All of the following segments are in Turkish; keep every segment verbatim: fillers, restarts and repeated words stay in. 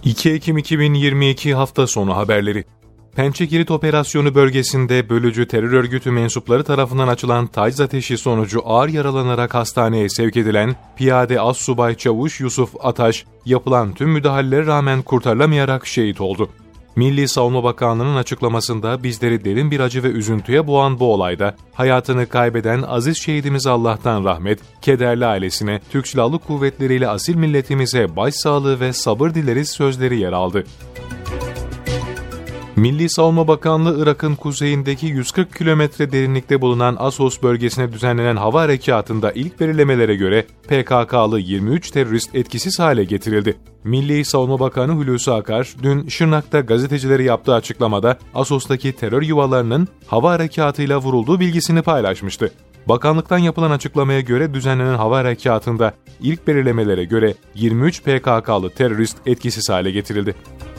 iki Ekim iki bin yirmi iki hafta sonu haberleri. Pençekilit Operasyonu bölgesinde bölücü terör örgütü mensupları tarafından açılan taciz ateşi sonucu ağır yaralanarak hastaneye sevk edilen Piyade Assubay Çavuş Yusuf Ataş, yapılan tüm müdahalelere rağmen kurtarılamayarak şehit oldu. Milli Savunma Bakanlığı'nın açıklamasında bizleri derin bir acı ve üzüntüye boğan bu olayda hayatını kaybeden aziz şehidimize Allah'tan rahmet, kederli ailesine, Türk Silahlı Kuvvetleri ile asil milletimize başsağlığı ve sabır dileriz sözleri yer aldı. Milli Savunma Bakanlığı, Irak'ın kuzeyindeki yüz kırk kilometre derinlikte bulunan Assos bölgesine düzenlenen hava harekatında ilk belirlemelere göre P K K'lı yirmi üç terörist etkisiz hale getirildi. Milli Savunma Bakanı Hulusi Akar, dün Şırnak'ta gazetecilere yaptığı açıklamada Assos'taki terör yuvalarının hava harekatıyla vurulduğu bilgisini paylaşmıştı. Bakanlıktan yapılan açıklamaya göre düzenlenen hava harekatında ilk belirlemelere göre yirmi üç P K K'lı terörist etkisiz hale getirildi.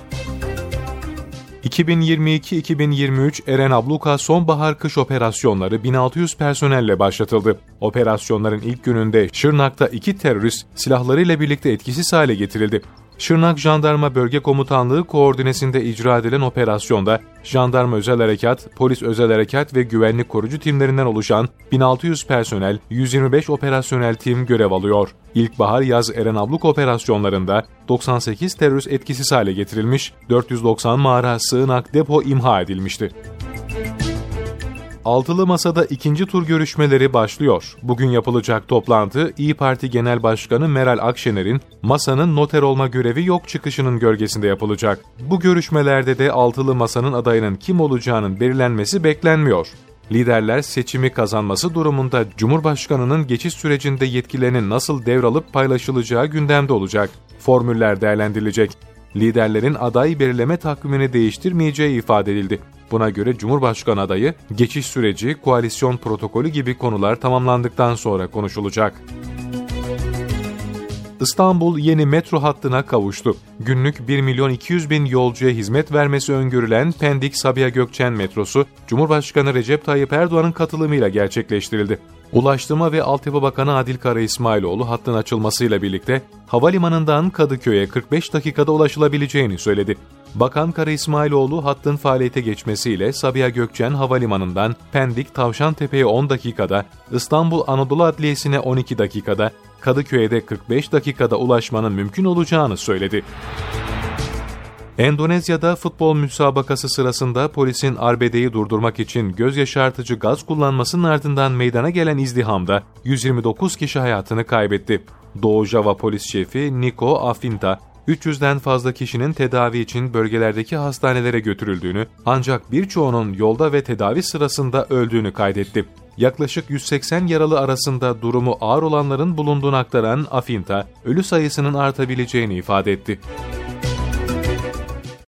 iki bin yirmi iki iki bin yirmi üç Eren Abluka Sonbahar-Kış operasyonları bin altı yüz personelle başlatıldı. Operasyonların ilk gününde Şırnak'ta iki terörist silahlarıyla birlikte etkisiz hale getirildi. Şırnak Jandarma Bölge Komutanlığı koordinesinde icra edilen operasyonda Jandarma Özel Harekat, Polis Özel Harekat ve Güvenlik Korucu timlerinden oluşan bin altı yüz personel, yüz yirmi beş operasyonel tim görev alıyor. İlkbahar-yaz Eren Abluk operasyonlarında doksan sekiz terörist etkisiz hale getirilmiş, dört yüz doksan mağara, sığınak, depo imha edilmişti. Altılı Masa'da ikinci tur görüşmeleri başlıyor. Bugün yapılacak toplantı, İYİ Parti Genel Başkanı Meral Akşener'in masanın noter olma görevi yok çıkışının gölgesinde yapılacak. Bu görüşmelerde de Altılı Masa'nın adayının kim olacağının belirlenmesi beklenmiyor. Liderler seçimi kazanması durumunda Cumhurbaşkanı'nın geçiş sürecinde yetkilerinin nasıl devralıp paylaşılacağı gündemde olacak. Formüller değerlendirilecek. Liderlerin aday belirleme takvimini değiştirmeyeceği ifade edildi. Buna göre Cumhurbaşkanı adayı, geçiş süreci, koalisyon protokolü gibi konular tamamlandıktan sonra konuşulacak. İstanbul yeni metro hattına kavuştu. Günlük bir milyon iki yüz bin yolcuya hizmet vermesi öngörülen Pendik Sabiha Gökçen metrosu, Cumhurbaşkanı Recep Tayyip Erdoğan'ın katılımıyla gerçekleştirildi. Ulaştırma ve Altyapı Bakanı Adil Kara İsmailoğlu hattın açılmasıyla birlikte havalimanından Kadıköy'e kırk beş dakikada ulaşılabileceğini söyledi. Bakan Kara İsmailoğlu hattın faaliyete geçmesiyle Sabiha Gökçen Havalimanı'ndan Pendik Tavşantepe'ye on dakikada, İstanbul Anadolu Adliyesi'ne on iki dakikada, Kadıköy'e de kırk beş dakikada ulaşmanın mümkün olacağını söyledi. Endonezya'da futbol müsabakası sırasında polisin arbedeyi durdurmak için göz yaşartıcı gaz kullanmasının ardından meydana gelen izdihamda yüz yirmi dokuz kişi hayatını kaybetti. Doğu Java Polis Şefi Niko Afinta, üç yüzden fazla kişinin tedavi için bölgelerdeki hastanelere götürüldüğünü, ancak birçoğunun yolda ve tedavi sırasında öldüğünü kaydetti. Yaklaşık yüz seksen yaralı arasında durumu ağır olanların bulunduğunu aktaran Afinta, ölü sayısının artabileceğini ifade etti.